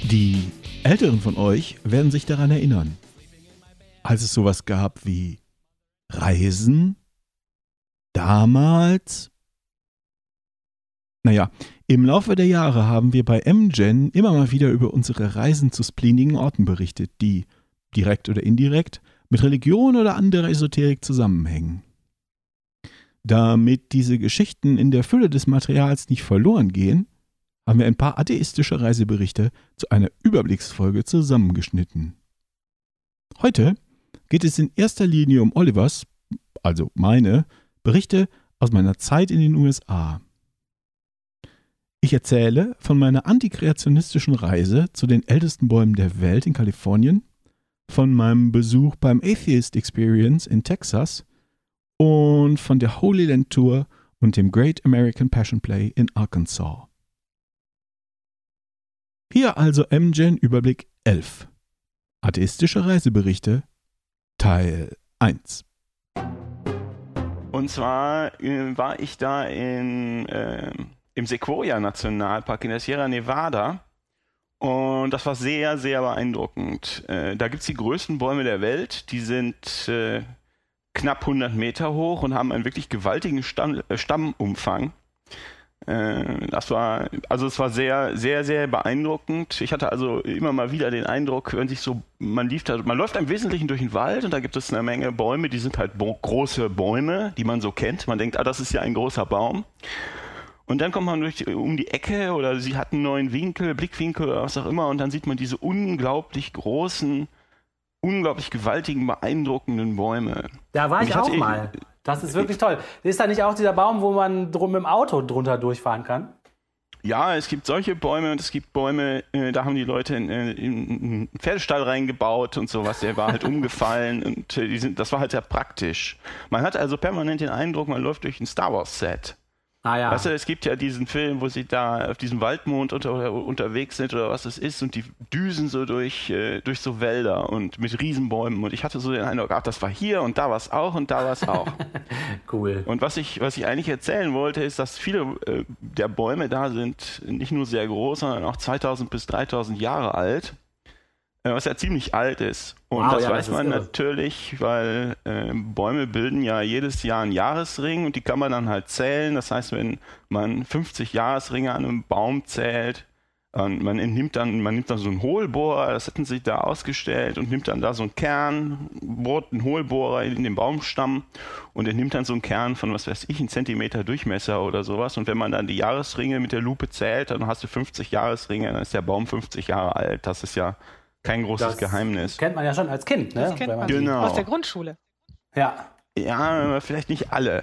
Die Älteren von euch werden sich daran erinnern, als es sowas gab wie Reisen damals. Naja, im Laufe der Jahre haben wir bei MGen immer mal wieder über unsere Reisen zu spleenigen Orten berichtet, die, direkt oder indirekt, mit Religion oder anderer Esoterik zusammenhängen. Damit diese Geschichten in der Fülle des Materials nicht verloren gehen, haben wir ein paar atheistische Reiseberichte zu einer Überblicksfolge zusammengeschnitten. Heute geht es in erster Linie um Olivers, also meine, Berichte aus meiner Zeit in den USA. Ich erzähle von meiner antikreationistischen Reise zu den ältesten Bäumen der Welt in Kalifornien, von meinem Besuch beim Atheist Experience in Texas und von der Holy Land Tour und dem Great American Passion Play in Arkansas. Hier also MGen Überblick 11. Atheistische Reiseberichte, Teil 1. Und zwar war ich da im Sequoia Nationalpark in der Sierra Nevada und das war sehr, sehr beeindruckend. Da gibt es die größten Bäume der Welt, die sind knapp 100 Meter hoch und haben einen wirklich gewaltigen Stammumfang. Es war sehr, sehr, sehr beeindruckend. Ich hatte also immer mal wieder den Eindruck, man läuft im Wesentlichen durch den Wald und da gibt es eine Menge Bäume, die sind halt große Bäume, die man so kennt. Man denkt, das ist ja ein großer Baum. Und dann kommt man um die Ecke oder sie hat einen neuen Blickwinkel oder was auch immer und dann sieht man diese unglaublich großen, unglaublich gewaltigen, beeindruckenden Bäume. Da war ich auch mal. Das ist wirklich toll. Ist da nicht auch dieser Baum, wo man mit dem Auto drunter durchfahren kann? Ja, es gibt solche Bäume und es gibt Bäume, da haben die Leute in einen Pferdestall reingebaut und sowas. Der war halt umgefallen und das war halt sehr praktisch. Man hat also permanent den Eindruck, man läuft durch ein Star Wars Set. Ah, ja. Weißt du, es gibt ja diesen Film, wo sie da auf diesem Waldmond unterwegs sind oder was es ist und die düsen so durch so Wälder und mit Riesenbäumen und ich hatte so den Eindruck, das war hier und da war es auch und da war es auch. Cool. Und was ich eigentlich erzählen wollte, ist, dass viele der Bäume da sind nicht nur sehr groß, sondern auch 2000 bis 3000 Jahre alt. Was ja ziemlich alt ist. Und das weiß man natürlich, weil Bäume bilden ja jedes Jahr einen Jahresring und die kann man dann halt zählen. Das heißt, wenn man 50 Jahresringe an einem Baum zählt, man nimmt dann so einen Hohlbohrer, das hätten sie da ausgestellt, und nimmt dann da so einen Kern, bohrt einen Hohlbohrer in den Baumstamm und er nimmt dann so einen Kern von, was weiß ich, 1 Zentimeter Durchmesser oder sowas. Und wenn man dann die Jahresringe mit der Lupe zählt, dann hast du 50 Jahresringe, dann ist der Baum 50 Jahre alt. Das ist ja kein großes Geheimnis. Kennt man ja schon als Kind, ne? Das kennt man genau. Aus der Grundschule. Ja. Ja, vielleicht nicht alle.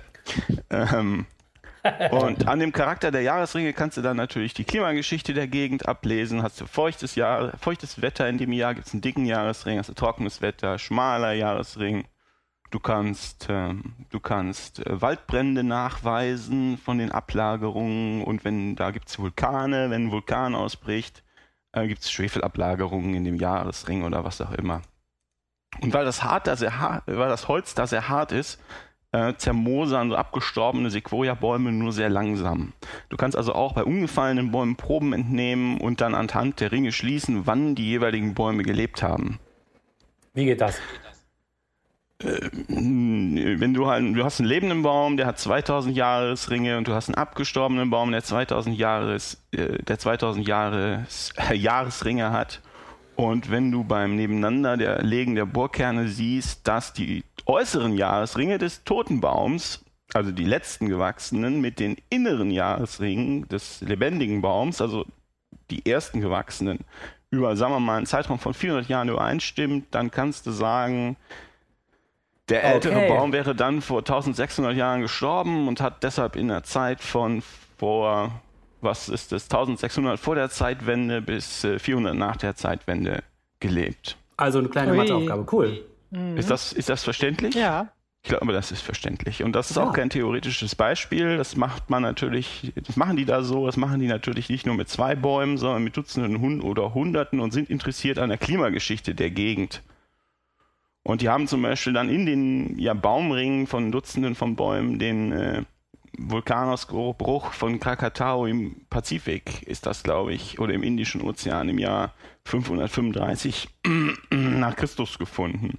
Und an dem Charakter der Jahresringe kannst du dann natürlich die Klimageschichte der Gegend ablesen. Hast du feuchtes Wetter in dem Jahr, gibt es einen dicken Jahresring, hast du trockenes Wetter, schmaler Jahresring. Du kannst Waldbrände nachweisen von den Ablagerungen und da gibt es Vulkane, wenn ein Vulkan ausbricht, gibt es Schwefelablagerungen in dem Jahresring oder was auch immer. Und weil das Holz da sehr hart ist, zermosern so abgestorbene Sequoia-Bäume nur sehr langsam. Du kannst also auch bei umgefallenen Bäumen Proben entnehmen und dann anhand der Ringe schließen, wann die jeweiligen Bäume gelebt haben. Wie geht das? Wenn du hast einen lebenden Baum, der hat 2000 Jahresringe und du hast einen abgestorbenen Baum, der 2000 Jahresringe hat. Und wenn du beim Nebeneinander der Legen der Bohrkerne siehst, dass die äußeren Jahresringe des toten Baums, also die letzten gewachsenen, mit den inneren Jahresringen des lebendigen Baums, also die ersten gewachsenen, über, sagen wir mal, einen Zeitraum von 400 Jahren übereinstimmt, dann kannst du sagen, der ältere Baum wäre dann vor 1600 Jahren gestorben und hat deshalb in der Zeit von 1600 vor der Zeitwende bis 400 nach der Zeitwende gelebt. Also eine kleine Matheaufgabe, cool. Mhm. Ist das verständlich? Ja. Ich glaube, das ist verständlich. Und das ist auch kein theoretisches Beispiel. Das machen die natürlich nicht nur mit 2 Bäumen, sondern mit Dutzenden oder Hunderten und sind interessiert an der Klimageschichte der Gegend. Und die haben zum Beispiel dann in den Baumringen von Dutzenden von Bäumen den Vulkanausbruch von Krakatau im Pazifik ist das, glaube ich, oder im Indischen Ozean im Jahr 535 nach Christus gefunden.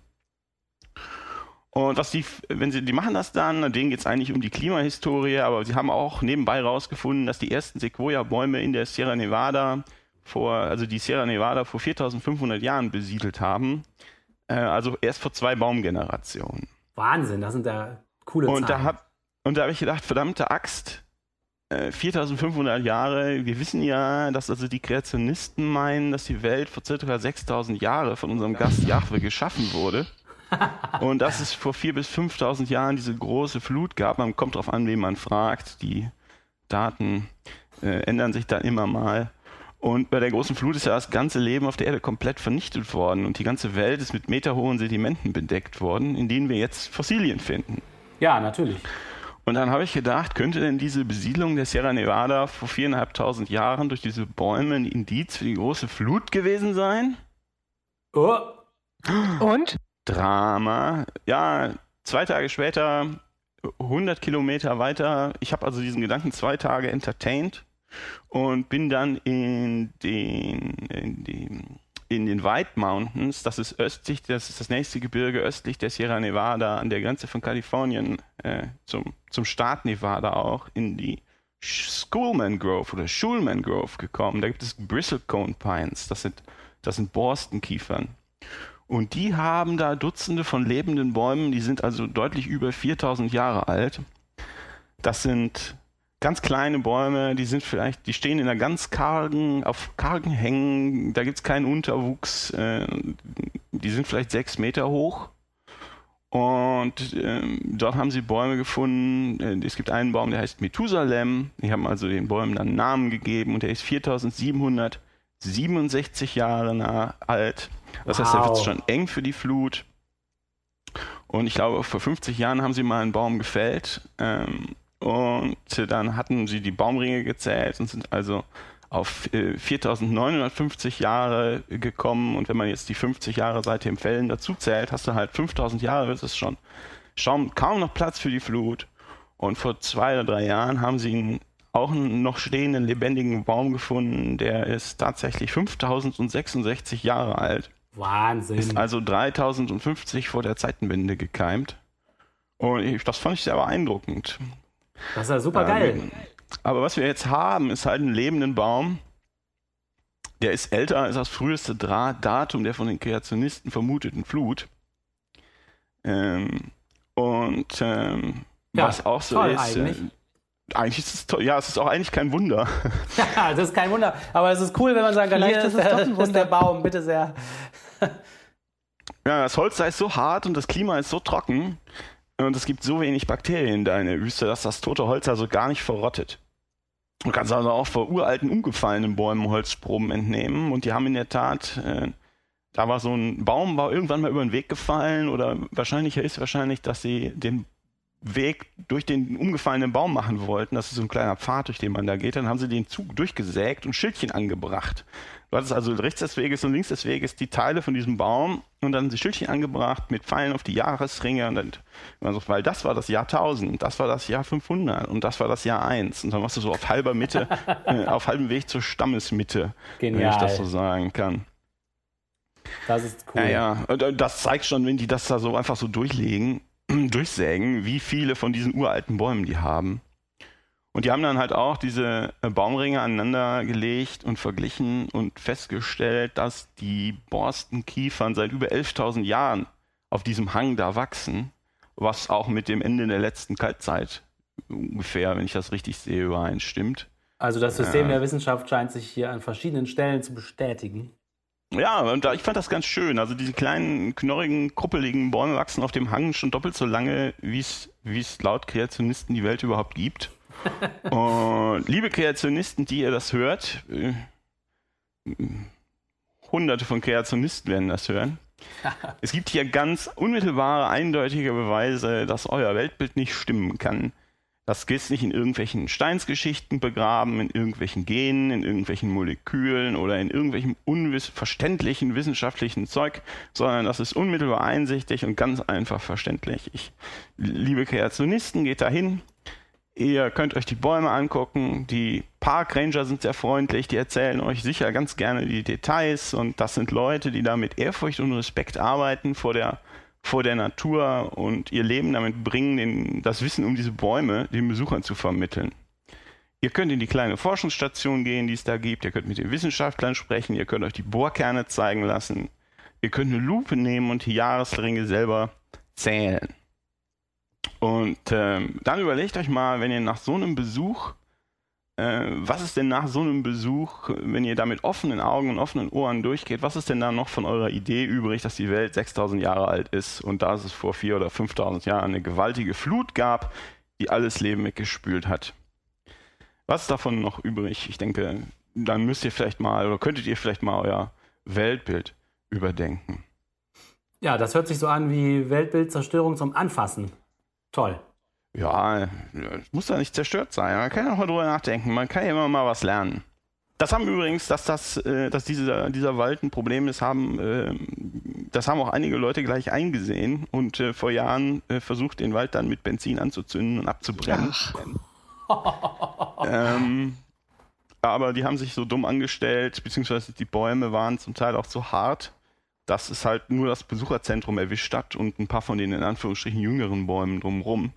Und die machen das dann, denen geht es eigentlich um die Klimahistorie, aber sie haben auch nebenbei rausgefunden, dass die ersten Sequoia-Bäume in der Sierra Nevada vor 4.500 Jahren besiedelt haben. Also erst vor 2 Baumgenerationen. Wahnsinn, das sind ja coole Zahlen. Und da habe ich gedacht, verdammte Axt, 4.500 Jahre, wir wissen ja, dass also die Kreationisten meinen, dass die Welt vor ca. 6.000 Jahren von unserem Gast Jahwe geschaffen wurde. Und dass es vor 4.000 bis 5.000 Jahren diese große Flut gab. Man kommt darauf an, wen man fragt. Die Daten ändern sich dann immer mal. Und bei der großen Flut ist ja das ganze Leben auf der Erde komplett vernichtet worden. Und die ganze Welt ist mit meterhohen Sedimenten bedeckt worden, in denen wir jetzt Fossilien finden. Ja, natürlich. Und dann habe ich gedacht, könnte denn diese Besiedlung der Sierra Nevada vor 4.500 Jahren durch diese Bäume ein Indiz für die große Flut gewesen sein? Oh. Und? Drama. Ja, 2 Tage später, 100 Kilometer weiter. Ich habe also diesen Gedanken 2 Tage entertained und bin dann in den White Mountains, das ist das nächste Gebirge östlich der Sierra Nevada, an der Grenze von Kalifornien zum Staat Nevada auch, in die Schulman Grove gekommen. Da gibt es Bristlecone Pines, das sind Borstenkiefern. Und die haben da Dutzende von lebenden Bäumen, die sind also deutlich über 4.000 Jahre alt. Das sind ganz kleine Bäume, die stehen in einer auf kargen Hängen, da gibt es keinen Unterwuchs, die sind vielleicht 6 Meter hoch. Und dort haben sie Bäume gefunden. Es gibt einen Baum, der heißt Methusalem. Die haben also den Bäumen dann einen Namen gegeben und der ist 4.767 Jahre alt. Das heißt, da wird es schon eng für die Flut. Und ich glaube, vor 50 Jahren haben sie mal einen Baum gefällt. Und dann hatten sie die Baumringe gezählt und sind also auf 4.950 Jahre gekommen. Und wenn man jetzt die 50 Jahre seit dem Fällen dazu zählt, hast du halt 5.000 Jahre, wird es schon kaum noch Platz für die Flut. Und vor 2 oder 3 Jahren haben sie auch einen noch stehenden, lebendigen Baum gefunden. Der ist tatsächlich 5.066 Jahre alt. Wahnsinn. Ist also 3.050 vor der Zeitenwende gekeimt. Und das fand ich sehr beeindruckend. Das ist ja super geil. Aber was wir jetzt haben, ist halt einen lebenden Baum. Der ist älter als das früheste Datum der von den Kreationisten vermuteten Flut. Was auch so toll, ist... Eigentlich ist es toll. Ja, es ist auch eigentlich kein Wunder. Ja, das ist kein Wunder. Aber es ist cool, wenn man sagen kann, hier ist der Baum, bitte sehr. Ja, das Holz da ist so hart und das Klima ist so trocken und es gibt so wenig Bakterien da in der Wüste, dass das tote Holz also gar nicht verrottet. Du kannst also auch vor uralten, umgefallenen Bäumen Holzproben entnehmen und die haben in der Tat, da war so ein Baum, war irgendwann mal über den Weg gefallen oder wahrscheinlicher ist dass sie den Weg durch den umgefallenen Baum machen wollten. Das ist so ein kleiner Pfad, durch den man da geht. Dann haben sie den Zug durchgesägt und Schildchen angebracht. Du hattest also rechts des Weges und links des Weges die Teile von diesem Baum und dann die Schildchen angebracht mit Pfeilen auf die Jahresringe. Und dann, weil das war das Jahr 1000, das war das Jahr 500 und das war das Jahr 1. Und dann warst du so auf halber Mitte, auf halbem Weg zur Stammesmitte, Genial. wenn ich das so sagen kann. Das ist cool. Ja, und das zeigt schon, wenn die das da so einfach so durchsägen, wie viele von diesen uralten Bäumen die haben. Und die haben dann halt auch diese Baumringe aneinander gelegt und verglichen und festgestellt, dass die Borstenkiefern seit über 11.000 Jahren auf diesem Hang da wachsen, was auch mit dem Ende der letzten Kaltzeit ungefähr, wenn ich das richtig sehe, übereinstimmt. Also das System der Wissenschaft scheint sich hier an verschiedenen Stellen zu bestätigen. Ja, und ich fand das ganz schön. Also diese kleinen, knorrigen, kruppeligen Bäume wachsen auf dem Hang schon doppelt so lange, wie es laut Kreationisten die Welt überhaupt gibt. Und liebe Kreationisten, die ihr das hört, Hunderte von Kreationisten werden das hören. Es gibt hier ganz unmittelbare, eindeutige Beweise, dass euer Weltbild nicht stimmen kann. Das ist nicht in irgendwelchen Steinsgeschichten begraben, in irgendwelchen Genen, in irgendwelchen Molekülen oder in irgendwelchem unverständlichen wissenschaftlichen Zeug, sondern das ist unmittelbar einsichtig und ganz einfach verständlich. Liebe Kreationisten, geht dahin, Ihr könnt euch die Bäume angucken. Die Parkranger sind sehr freundlich. Die erzählen euch sicher ganz gerne die Details. Und das sind Leute, die da mit Ehrfurcht und Respekt arbeiten vor der Natur und ihr Leben damit bringen, das Wissen um diese Bäume den Besuchern zu vermitteln. Ihr könnt in die kleine Forschungsstation gehen, die es da gibt. Ihr könnt mit den Wissenschaftlern sprechen. Ihr könnt euch die Bohrkerne zeigen lassen. Ihr könnt eine Lupe nehmen und die Jahresringe selber zählen. Und dann überlegt euch mal, wenn ihr nach so einem Besuch, was ist denn nach so einem Besuch, wenn ihr da mit offenen Augen und offenen Ohren durchgeht, was ist denn da noch von eurer Idee übrig, dass die Welt 6000 Jahre alt ist und da es vor 4.000 oder 5.000 Jahren eine gewaltige Flut gab, die alles Leben weggespült hat? Was ist davon noch übrig? Ich denke, dann müsst ihr vielleicht mal oder könntet ihr vielleicht mal euer Weltbild überdenken. Ja, das hört sich so an wie Weltbildzerstörung zum Anfassen. Toll. Ja, es muss ja nicht zerstört sein. Man kann ja auch mal drüber nachdenken. Man kann ja immer mal was lernen. Das haben übrigens, dass dieser Wald ein Problem ist, das haben auch einige Leute gleich eingesehen und vor Jahren versucht, den Wald dann mit Benzin anzuzünden und abzubrennen. Aber die haben sich so dumm angestellt, beziehungsweise die Bäume waren zum Teil auch so hart, dass es halt nur das Besucherzentrum erwischt hat und ein paar von den in Anführungsstrichen jüngeren Bäumen drumherum.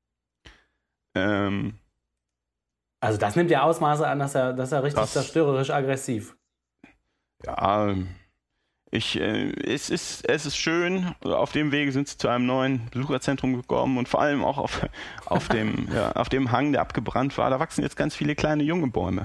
Also das nimmt ja Ausmaße an, dass er richtig zerstörerisch aggressiv. Ja, es ist schön. Auf dem Wege sind sie zu einem neuen Besucherzentrum gekommen und vor allem auch auf dem Hang, der abgebrannt war, da wachsen jetzt ganz viele kleine junge Bäume.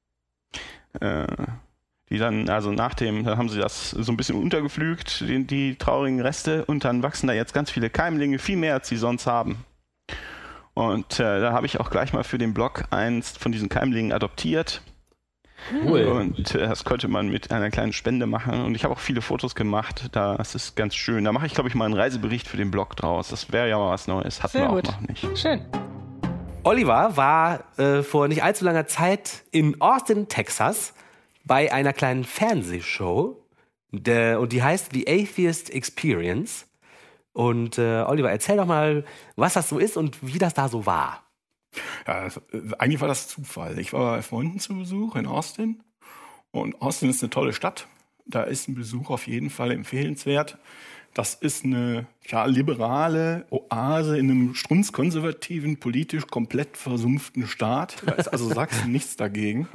Die dann, also dann haben sie das so ein bisschen untergepflügt, die traurigen Reste, und dann wachsen da jetzt ganz viele Keimlinge, viel mehr als sie sonst haben. Und da habe ich auch gleich mal für den Blog eins von diesen Keimlingen adoptiert. Cool. Und das konnte man mit einer kleinen Spende machen. Und ich habe auch viele Fotos gemacht. Das ist ganz schön. Da mache ich, glaube ich, mal einen Reisebericht für den Blog draus. Das wäre ja mal was Neues. Hatten wir auch noch nicht. Schön. Oliver war vor nicht allzu langer Zeit in Austin, Texas, bei einer kleinen Fernsehshow. Und die heißt The Atheist Experience. Und Oliver, erzähl doch mal, was das so ist und wie das da so war. Ja, eigentlich war das Zufall. Ich war bei Freunden zu Besuch in Austin. Und Austin ist eine tolle Stadt. Da ist ein Besuch auf jeden Fall empfehlenswert. Das ist eine liberale Oase in einem strunzkonservativen, politisch komplett versumpften Staat. Da ist also Sachsen nichts dagegen.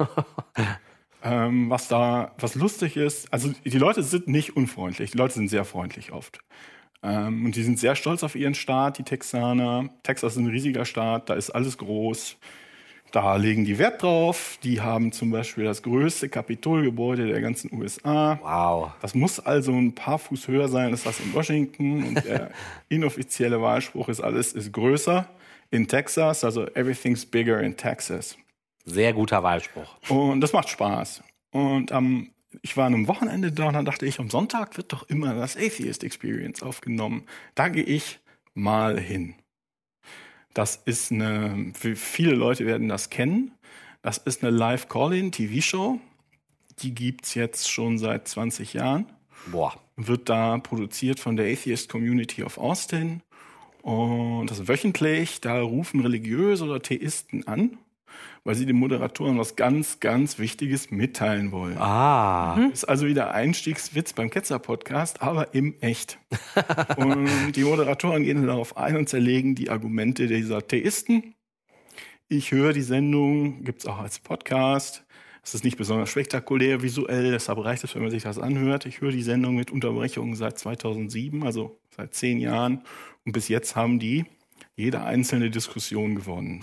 Was lustig ist, also die Leute sind nicht unfreundlich. Die Leute sind sehr freundlich oft. Und die sind sehr stolz auf ihren Staat, die Texaner. Texas ist ein riesiger Staat, da ist alles groß. Da legen die Wert drauf. Die haben zum Beispiel das größte Kapitolgebäude der ganzen USA. Wow. Das muss also ein paar Fuß höher sein als das in Washington. Und der inoffizielle Wahlspruch ist, alles ist größer in Texas. Also everything's bigger in Texas. Sehr guter Wahlspruch. Und das macht Spaß. Und ich war an einem Wochenende da und dann dachte ich, am Sonntag wird doch immer das Atheist Experience aufgenommen. Da gehe ich mal hin. Das ist viele Leute werden das kennen. Das ist eine Live-Call-In-TV-Show. Die gibt's jetzt schon seit 20 Jahren. Boah. Wird da produziert von der Atheist Community of Austin. Und das ist wöchentlich. Da rufen Religiöse oder Theisten an, weil sie den Moderatoren was ganz, ganz Wichtiges mitteilen wollen. Ist also wieder Einstiegswitz beim Ketzer-Podcast, aber im Echt. Und die Moderatoren gehen darauf ein und zerlegen die Argumente dieser Theisten. Ich höre die Sendung, gibt's auch als Podcast. Es ist nicht besonders spektakulär visuell, deshalb reicht es, wenn man sich das anhört. Ich höre die Sendung mit Unterbrechungen seit 2007, also seit 10 Jahren. Und bis jetzt haben die jede einzelne Diskussion gewonnen.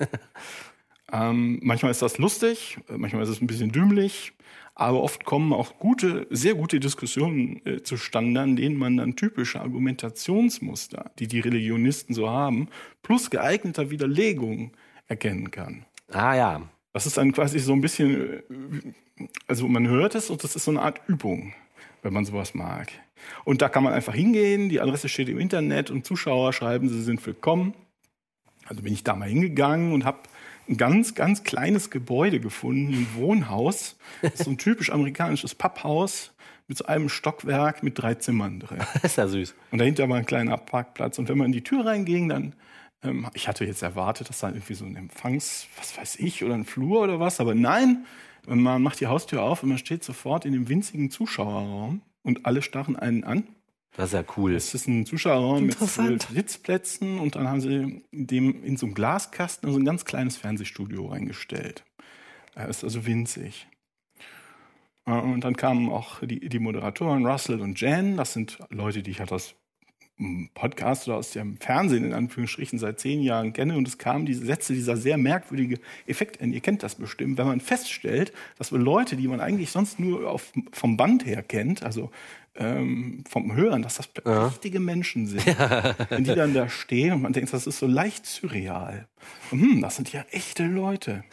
Manchmal ist das lustig, manchmal ist es ein bisschen dümmlich, aber oft kommen auch sehr gute Diskussionen zustande, an denen man dann typische Argumentationsmuster, die Religionisten so haben, plus geeigneter Widerlegung erkennen kann. Ah ja. Das ist dann quasi so ein bisschen, also man hört es und das ist so eine Art Übung, wenn man sowas mag. Und da kann man einfach hingehen, die Adresse steht im Internet und Zuschauer schreiben, sie sind willkommen. Also bin ich da mal hingegangen und habe ein ganz, ganz kleines Gebäude gefunden, ein Wohnhaus. Das ist so ein typisch amerikanisches Papphaus mit so einem Stockwerk mit 3 Zimmern drin. Das ist ja süß. Und dahinter war ein kleiner Parkplatz. Und wenn man in die Tür reinging, dann Ich hatte jetzt erwartet, dass da irgendwie so ein was weiß ich, oder ein Flur oder was, aber nein, man macht die Haustür auf und man steht sofort in dem winzigen Zuschauerraum und alle starren einen an. Das ist ja cool. Es ist ein Zuschauerraum mit 12 Sitzplätzen und dann haben sie dem in so einem Glaskasten so ein ganz kleines Fernsehstudio reingestellt. Das ist also winzig. Und dann kamen auch die Moderatoren Russell und Jen. Das sind Leute, die ich halt aus dem Podcast oder aus dem Fernsehen in Anführungsstrichen seit 10 Jahren kenne. Und es kamen diese Sätze, dieser sehr merkwürdige Effekt. Ihr kennt das bestimmt, wenn man feststellt, dass wir Leute, die man eigentlich sonst nur vom Band her kennt, also vom Hören, dass das richtige Menschen sind. Wenn die dann da stehen und man denkt, das ist so leicht surreal. Das sind ja echte Leute.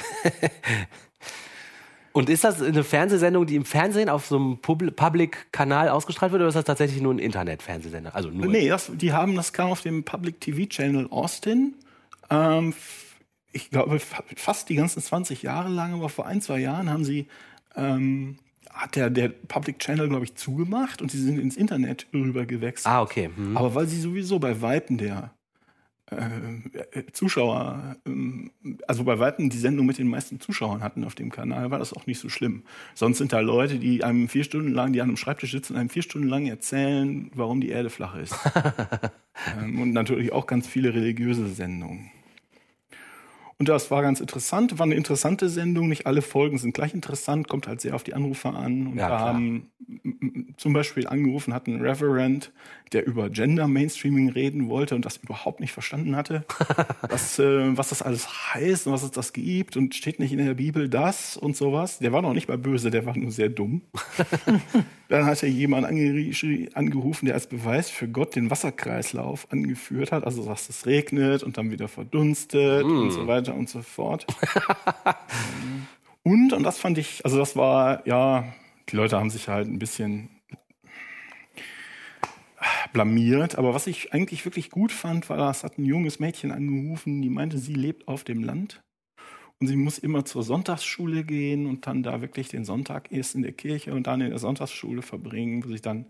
Und ist das eine Fernsehsendung, die im Fernsehen auf so einem Public-Kanal ausgestrahlt wird, oder ist das tatsächlich nur ein Internet-Fernsehsender? Also nur Nee, das kam auf dem Public TV Channel Austin. Ich glaube, fast die ganzen 20 Jahre lang, aber vor 1-2 Jahren hat der Public Channel, glaube ich, zugemacht und sie sind ins Internet rüber gewechselt. Ah, okay. Aber weil sie sowieso bei Weitem der Zuschauer, also bei Weitem die Sendung mit den meisten Zuschauern hatten auf dem Kanal, war das auch nicht so schlimm. Sonst sind da Leute, die einem 4 Stunden lang, die an einem Schreibtisch sitzen und einem 4 Stunden lang erzählen, warum die Erde flach ist. Und natürlich auch ganz viele religiöse Sendungen. Und das war ganz interessant, war eine interessante Sendung. Nicht alle Folgen sind gleich interessant, kommt halt sehr auf die Anrufer an. Und da haben zum Beispiel angerufen, hat ein Reverend, der über Gender-Mainstreaming reden wollte und das überhaupt nicht verstanden hatte, was das alles heißt und was es das gibt und steht nicht in der Bibel das und sowas. Der war noch nicht mal böse, der war nur sehr dumm. Dann hat er jemand angerufen, der als Beweis für Gott den Wasserkreislauf angeführt hat, also dass es regnet und dann wieder verdunstet und so weiter und so fort. Und das fand ich, also das war, ja, die Leute haben sich halt ein bisschen blamiert, aber was ich eigentlich wirklich gut fand, war, das hat ein junges Mädchen angerufen, die meinte, sie lebt auf dem Land und sie muss immer zur Sonntagsschule gehen und dann da wirklich den Sonntag erst in der Kirche und dann in der Sonntagsschule verbringen, wo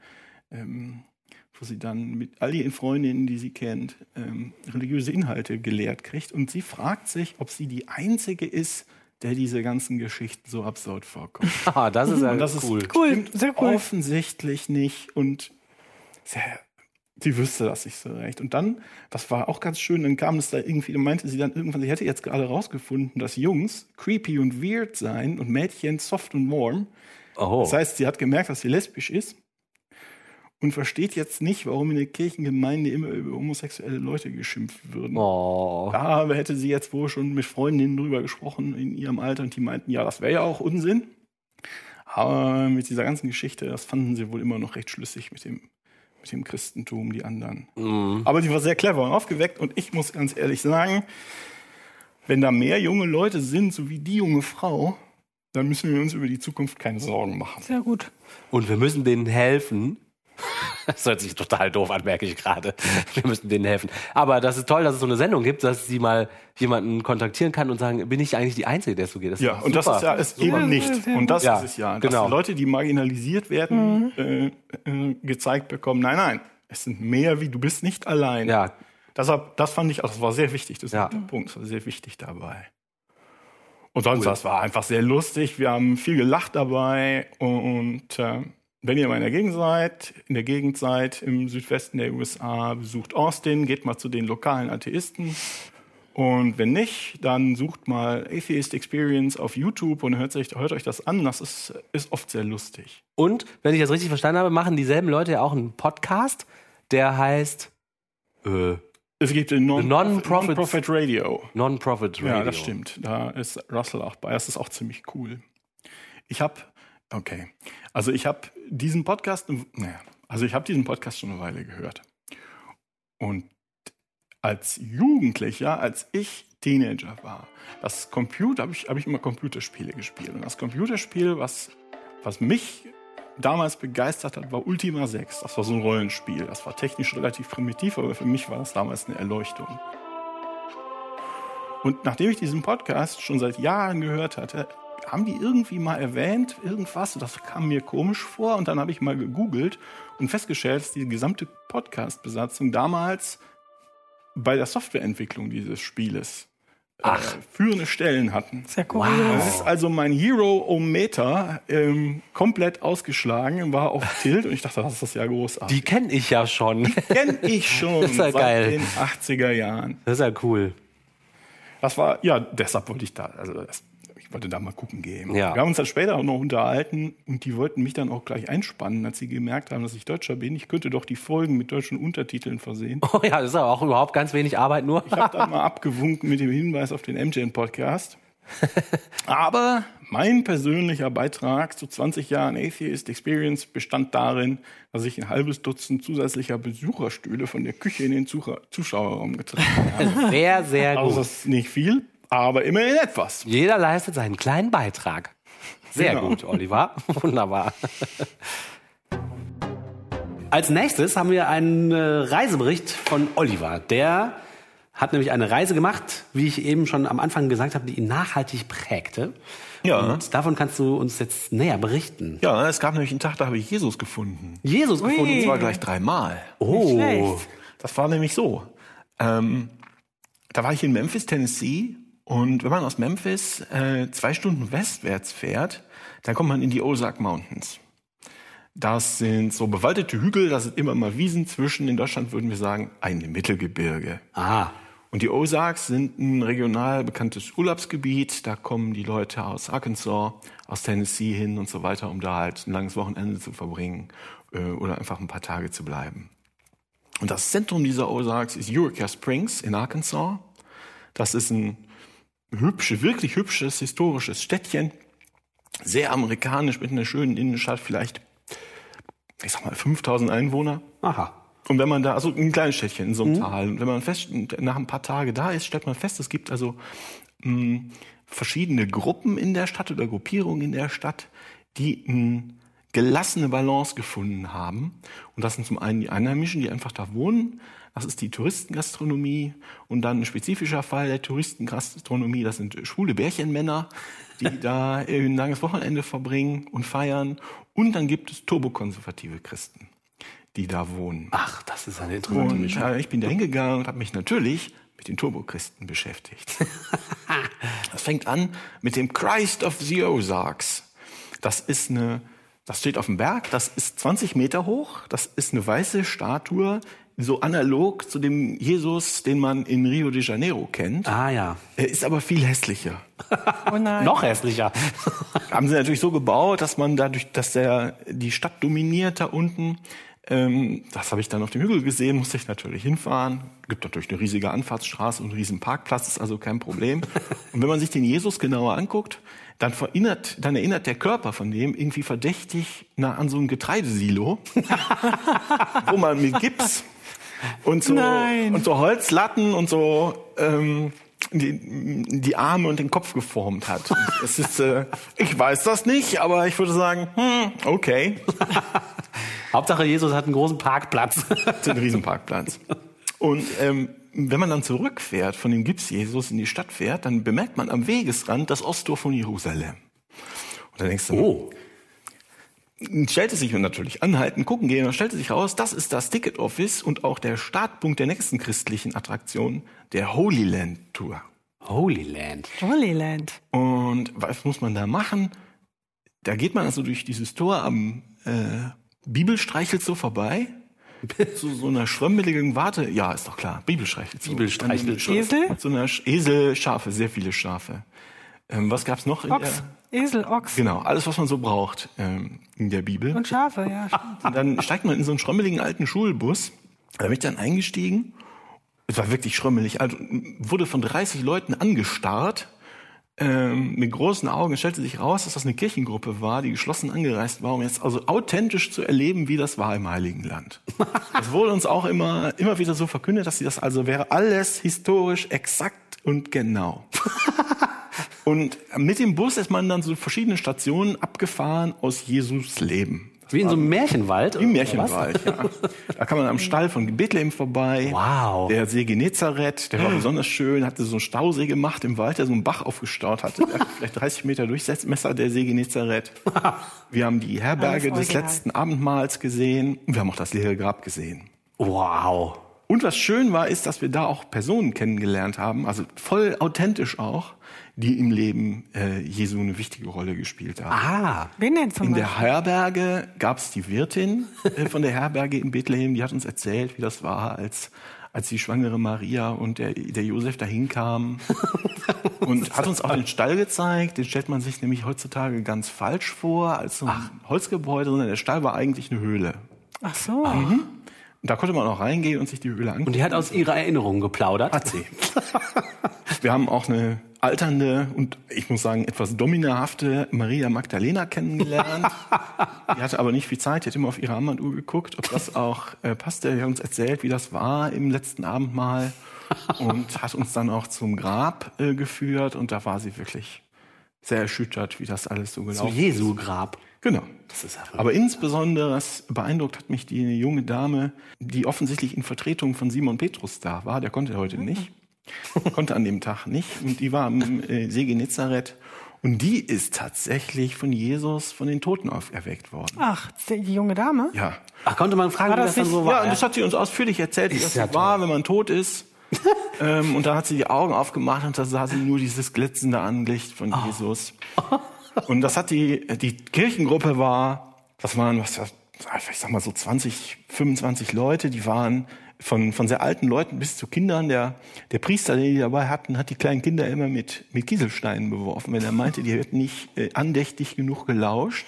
sie dann mit all ihren Freundinnen, die sie kennt, religiöse Inhalte gelehrt kriegt. Und sie fragt sich, ob sie die Einzige ist, der diese ganzen Geschichten so absurd vorkommen. Ah, das ist ja cool. Cool, sehr cool. Offensichtlich nicht und sie wüsste das nicht so recht. Und dann, das war auch ganz schön, dann kam es da irgendwie, meinte sie dann irgendwann, sie hätte jetzt gerade rausgefunden, dass Jungs creepy und weird seien und Mädchen soft und warm. Oh. Das heißt, sie hat gemerkt, dass sie lesbisch ist und versteht jetzt nicht, warum in der Kirchengemeinde immer über homosexuelle Leute geschimpft würden. Oh. Da hätte sie jetzt wohl schon mit Freundinnen drüber gesprochen in ihrem Alter und die meinten, ja, das wäre ja auch Unsinn. Aber mit dieser ganzen Geschichte, das fanden sie wohl immer noch recht schlüssig mit dem Christentum, die anderen. Aber die war sehr clever und aufgeweckt und ich muss ganz ehrlich sagen, wenn da mehr junge Leute sind, so wie die junge Frau, dann müssen wir uns über die Zukunft keine Sorgen machen. Sehr gut. Und wir müssen denen helfen. Das hört sich total doof an, merke ich gerade. Wir müssen denen helfen. Aber das ist toll, dass es so eine Sendung gibt, dass sie mal jemanden kontaktieren kann und sagen, bin ich eigentlich die Einzige, der es so geht? Das ja, und das ist ja es eben nicht. Und das ist es ja. Dass genau. die Leute, die marginalisiert werden, gezeigt bekommen, nein, es sind mehr wie, du bist nicht allein. Ja. Deshalb, das fand ich, das war sehr wichtig, das ist der Punkt, das war sehr wichtig dabei. Und sonst, das war einfach sehr lustig, wir haben viel gelacht dabei und wenn ihr mal in der Gegend seid, im Südwesten der USA, besucht Austin, geht mal zu den lokalen Atheisten. Und wenn nicht, dann sucht mal Atheist Experience auf YouTube und hört euch das an. Das ist oft sehr lustig. Und, wenn ich das richtig verstanden habe, machen dieselben Leute ja auch einen Podcast, der heißt es gibt den Non-Profit Radio. Non-Profit Radio. Ja, das stimmt. Da ist Russell auch bei. Das ist auch ziemlich cool. Ich habe diesen Podcast schon eine Weile gehört. Und als Jugendlicher, als ich Teenager war, habe ich immer Computerspiele gespielt. Und das Computerspiel, was mich damals begeistert hat, war Ultima 6. Das war so ein Rollenspiel. Das war technisch relativ primitiv, aber für mich war das damals eine Erleuchtung. Und nachdem ich diesen Podcast schon seit Jahren gehört hatte, haben die irgendwie mal erwähnt, irgendwas, das kam mir komisch vor. Und dann habe ich mal gegoogelt und festgestellt, dass die gesamte Podcast-Besatzung damals bei der Softwareentwicklung dieses Spieles führende Stellen hatten. Sehr kurios. Das ist also mein Hero-O-Meter komplett ausgeschlagen, war auf Tilt und ich dachte, das ist ja großartig. Die kenne ich ja schon. Kenn ich schon Das ist ja seit geil. den 80er Jahren. Das ist ja cool. Das war, ja, deshalb wollte ich da, ich wollte da mal gucken gehen. Ja. Wir haben uns dann später auch noch unterhalten und die wollten mich dann auch gleich einspannen, als sie gemerkt haben, dass ich Deutscher bin. Ich könnte doch die Folgen mit deutschen Untertiteln versehen. Oh ja, das ist aber auch überhaupt ganz wenig Arbeit nur. Ich habe dann mal abgewunken mit dem Hinweis auf den MGN-Podcast. Aber mein persönlicher Beitrag zu 20 Jahren Atheist Experience bestand darin, dass ich ein halbes Dutzend zusätzlicher Besucherstühle von der Küche in den Zuschauerraum getragen habe. Sehr, sehr Also gut. das ist nicht viel, aber immerhin etwas. Jeder leistet seinen kleinen Beitrag. Sehr Genau. gut, Oliver. Wunderbar. Als nächstes haben wir einen Reisebericht von Oliver. Der hat nämlich eine Reise gemacht, wie ich eben schon am Anfang gesagt habe, die ihn nachhaltig prägte. Ja. Und davon kannst du uns jetzt näher berichten. Ja, es gab nämlich einen Tag, da habe ich Jesus gefunden. Jesus gefunden. Und zwar gleich 3-mal. Oh, schlecht. Das war nämlich so. Da war ich in Memphis, Tennessee. Und wenn man aus Memphis 2 Stunden westwärts fährt, dann kommt man in die Ozark Mountains. Das sind so bewaldete Hügel, da sind immer mal Wiesen zwischen. In Deutschland würden wir sagen, ein Mittelgebirge. ah, Und die Ozarks sind ein regional bekanntes Urlaubsgebiet. Da kommen die Leute aus Arkansas, aus Tennessee hin und so weiter, um da halt ein langes Wochenende zu verbringen oder einfach ein paar Tage zu bleiben. Und das Zentrum dieser Ozarks ist Eureka Springs in Arkansas. Das ist ein wirklich hübsches, historisches Städtchen. Sehr amerikanisch mit einer schönen Innenstadt, vielleicht, ich sag mal, 5000 Einwohner. aha. Und wenn man da, also ein kleines Städtchen in so einem Tal, und wenn man nach ein paar Tagen da ist, stellt man fest, es gibt also verschiedene Gruppen in der Stadt oder Gruppierungen in der Stadt, die eine gelassene Balance gefunden haben. Und das sind zum einen die Einheimischen, die einfach da wohnen. Das ist die Touristengastronomie. Und dann ein spezifischer Fall der Touristengastronomie, das sind schwule Bärchenmänner, die da ein langes Wochenende verbringen und feiern. Und dann gibt es turbokonservative Christen, die da wohnen. Ach, das ist eine interessante Und Mischung. ich bin da hingegangen und habe mich natürlich mit den Turbochristen beschäftigt. Das fängt an mit dem Christ of the Ozarks. Das steht auf dem Berg, das ist 20 Meter hoch, das ist eine weiße Statue, so analog zu dem Jesus, den man in Rio de Janeiro kennt. Ah ja. Er ist aber viel hässlicher. Oh nein. Noch hässlicher. Haben sie natürlich so gebaut, dass man dadurch, dass die Stadt dominiert da unten. Das habe ich dann auf dem Hügel gesehen, musste ich natürlich hinfahren. Gibt natürlich eine riesige Anfahrtsstraße und einen riesen Parkplatz, ist also kein Problem. Und wenn man sich den Jesus genauer anguckt, dann erinnert der Körper von dem irgendwie verdächtig an so ein Getreidesilo, wo man mit Gips und so Holzlatten und so die Arme und den Kopf geformt hat. Und es ist, ich weiß das nicht, aber ich würde sagen, okay. Hauptsache, Jesus hat einen großen Parkplatz. Einen Riesenparkplatz. Und wenn man dann zurückfährt, von dem Gips-Jesus in die Stadt fährt, dann bemerkt man am Wegesrand das Osttor von Jerusalem. Und dann denkst du, stellte sich natürlich anhalten, gucken gehen, dann stellte sich raus, das ist das Ticket Office und auch der Startpunkt der nächsten christlichen Attraktion, der Holy Land Tour. Holy Land. Holy Land. Und was muss man da machen? Da geht man also durch dieses Tor am Bibelstreichelzoo vorbei, zu so einer schwömmeligen Warte. Ja, ist doch klar, Bibelstreichelzoo. Bibelstreichelzoo. Esel? Mit so einer Esel, Schafe, sehr viele Schafe. Was gab's noch? Ochs. Esel, Ochs. Genau, alles, was man so braucht in der Bibel. Und Schafe, ja. Stimmt. Und dann steigt man in so einen schrommeligen alten Schulbus. Da bin ich dann eingestiegen. Es war wirklich schrommelig. Also wurde von 30 Leuten angestarrt. Mit großen Augen. Es stellte sich raus, dass das eine Kirchengruppe war, die geschlossen angereist war, um jetzt also authentisch zu erleben, wie das war im Heiligen Land. Das wurde uns auch immer wieder so verkündet, dass das also wäre alles historisch exakt und genau. Und mit dem Bus ist man dann so verschiedene Stationen abgefahren aus Jesus Leben. Wie in so einem Märchenwald? Im Märchenwald, ja. Da kam man am Stall von Bethlehem vorbei. Wow. Der See Genezareth, der war besonders schön, hatte so einen Stausee gemacht im Wald, der so einen Bach aufgestaut hatte. Der hatte vielleicht 30 Meter Durchmesser, der See Genezareth. Wir haben die Herberge Alles des original. letzten Abendmahls gesehen. Und wir haben auch das leere Grab gesehen. Wow. Und was schön war, ist, dass wir da auch Personen kennengelernt haben, also voll authentisch auch, die im Leben Jesu eine wichtige Rolle gespielt haben. Ah, Wen denn zum In Beispiel? der Herberge gab es die Wirtin von der Herberge in Bethlehem, die hat uns erzählt, wie das war, als die schwangere Maria und der Josef dahin kamen. Und hat uns auch den Stall gezeigt. Den stellt man sich nämlich heutzutage ganz falsch vor, als so ein Holzgebäude, sondern der Stall war eigentlich eine Höhle. Ach so. Und da konnte man auch reingehen und sich die Höhle angucken. und die hat aus ihrer Erinnerung geplaudert. Hat sie. Wir haben auch eine alternde und ich muss sagen etwas dominahafte Maria Magdalena kennengelernt. Die hatte aber nicht viel Zeit, die hat immer auf ihre Armbanduhr geguckt, ob das auch passte. Die hat uns erzählt, wie das war im letzten Abendmahl und hat uns dann auch zum Grab geführt und da war sie wirklich sehr erschüttert, wie das alles so Zu gelaufen ist. Jesu Grab. Genau. Das ist ja Aber insbesondere beeindruckt hat mich die junge Dame, die offensichtlich in Vertretung von Simon Petrus da war. Der konnte heute nicht. Konnte an dem Tag nicht. Und die war am See Genezareth. Und die ist tatsächlich von Jesus von den Toten auferweckt worden. Ach, die junge Dame? Ja. Ach, konnte man fragen, War wie das das dann nicht- so Ja, war? und das hat sie uns ausführlich erzählt, wie Ist das ja war, wenn man tot ist. Und da hat sie die Augen aufgemacht und da sah sie nur dieses glitzernde Anlicht von Jesus. Und das hat die Kirchengruppe das waren, ich sag mal so 20, 25 Leute, die waren von sehr alten Leuten bis zu Kindern. Der Priester, den die dabei hatten, hat die kleinen Kinder immer mit Kieselsteinen beworfen, wenn er meinte, die hätten nicht andächtig genug gelauscht.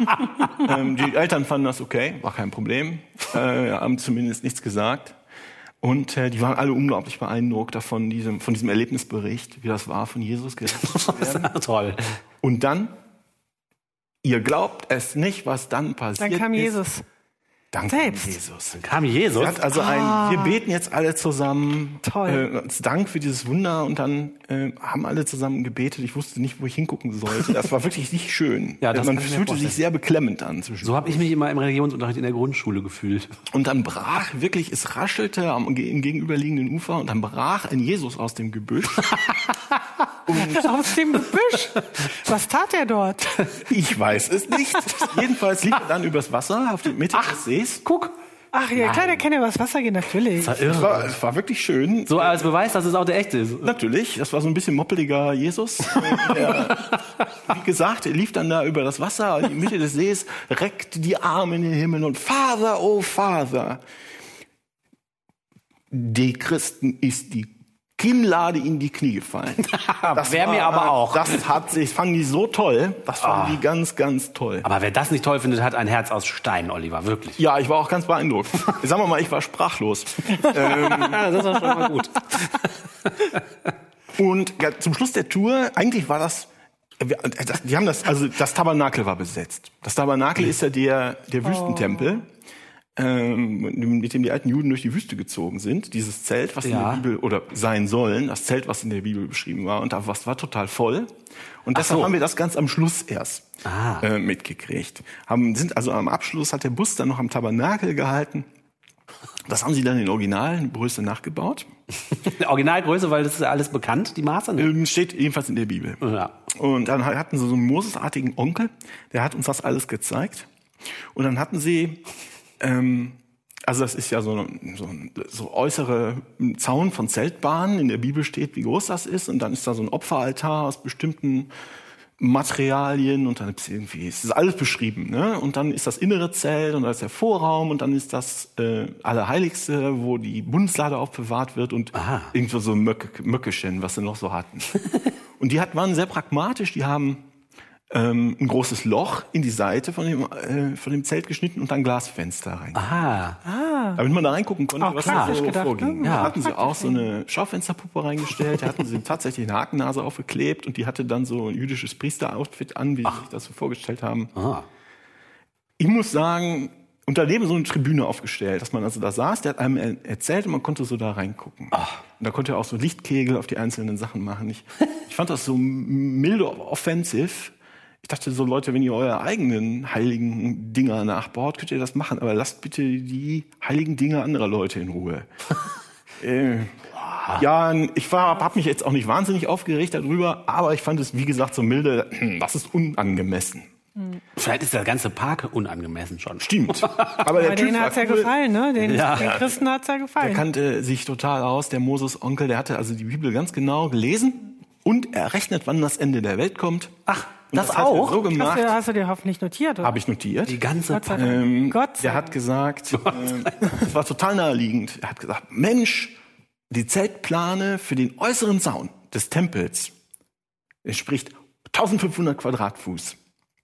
Die Eltern fanden das okay, war kein Problem, haben zumindest nichts gesagt. Und die waren alle unglaublich beeindruckt von diesem Erlebnisbericht, wie das war, von Jesus gerettet zu Das ist werden. ja toll. Und dann, ihr glaubt es nicht, was dann passiert Dann kam ist. Jesus. Dann kam selbst. Jesus. Dann kam Jesus. Er hat also wir beten jetzt alle zusammen. Toll. Als Dank für dieses Wunder. Und dann haben alle zusammen gebetet. Ich wusste nicht, wo ich hingucken sollte. Das war wirklich nicht schön. Ja, das Man kann ich mir fühlte vorstellen. sich sehr beklemmend an. So habe ich mich immer im Religionsunterricht in der Grundschule gefühlt. Und dann brach wirklich, es raschelte im gegenüberliegenden Ufer und dann brach ein Jesus aus dem Gebüsch. Aus dem Gebüsch. Was tat er dort? Ich weiß es nicht. Jedenfalls lief er dann übers Wasser auf die Mitte des Sees. Guck. Ach ja, klar, der kann ja übers Wasser gehen, natürlich. Das war irre. Es war wirklich schön. So als Beweis, dass es auch der echte ist. Natürlich, das war so ein bisschen moppeliger Jesus. Wie gesagt, er lief dann da über das Wasser in die Mitte des Sees, reckte die Arme in den Himmel und Vater, oh Vater. Die Christen ist die Kinnlade in die Knie gefallen. Das Wär mir aber auch. Das fanden die so toll. Das fanden die ganz, ganz toll. Aber wer das nicht toll findet, hat ein Herz aus Stein, Oliver, wirklich. Ja, ich war auch ganz beeindruckt. Sagen wir mal, ich war sprachlos. Das ist doch schon mal gut. Und ja, zum Schluss der Tour, eigentlich war das, die haben das Tabernakel war besetzt. Das Tabernakel ist ja der Wüstentempel, mit dem die alten Juden durch die Wüste gezogen sind. Dieses Zelt, was in der Bibel, oder sein sollen, das Zelt, was in der Bibel beschrieben war. Und das war total voll. Und deshalb haben wir das ganz am Schluss erst mitgekriegt. Sind also am Abschluss hat der Bus dann noch am Tabernakel gehalten. Das haben sie dann in Originalgröße nachgebaut. Originalgröße, weil das ist ja alles bekannt, die Maße. Ne? Steht jedenfalls in der Bibel. Ja. Und dann hatten sie so einen Moses-artigen Onkel, der hat uns das alles gezeigt. Und dann hatten sie, also das ist ja so äußere Zaun von Zeltbahnen. In der Bibel steht, wie groß das ist. Und dann ist da so ein Opferaltar aus bestimmten Materialien und dann ist das alles beschrieben, ne? Und dann ist das innere Zelt und da ist der Vorraum und dann ist das Allerheiligste, wo die Bundeslade aufbewahrt wird und irgendwo so Möckechen, was sie noch so hatten. Und die waren sehr pragmatisch, die haben ein großes Loch in die Seite von dem Zelt geschnitten und dann Glasfenster rein. Damit man da reingucken konnte, was da so vorging. Ne? Da hatten sie auch so eine Schaufensterpuppe reingestellt, da hatten sie tatsächlich eine Hakennase aufgeklebt und die hatte dann so ein jüdisches Priesteroutfit an, wie sie sich das so vorgestellt haben. Ich muss sagen, und daneben so eine Tribüne aufgestellt, dass man also da saß, der hat einem erzählt und man konnte so da reingucken. Und da konnte er auch so Lichtkegel auf die einzelnen Sachen machen. Ich fand das so milde offensiv. Ich dachte so, Leute, wenn ihr eure eigenen heiligen Dinger nachbaut, könnt ihr das machen. Aber lasst bitte die heiligen Dinger anderer Leute in Ruhe. Ja, ich habe mich jetzt auch nicht wahnsinnig aufgeregt darüber, aber ich fand es, wie gesagt, so milde, das ist unangemessen. Vielleicht ist der ganze Park unangemessen schon. Stimmt. Aber Aber denen hat's ja gefallen, ne? Den Christen hat's ja Der gefallen. kannte sich total aus, der Moses-Onkel. Der hatte also die Bibel ganz genau gelesen und er rechnet, wann das Ende der Welt kommt. Ach, Und das hat er auch? so gemacht. Hast du dir hoffentlich notiert, oder? Habe ich notiert. Die ganze Gott sei Dank. Gott sei Der hat gesagt, es war total naheliegend. Er hat gesagt, Mensch, die Zeltplane für den äußeren Zaun des Tempels entspricht 1500 Quadratfuß.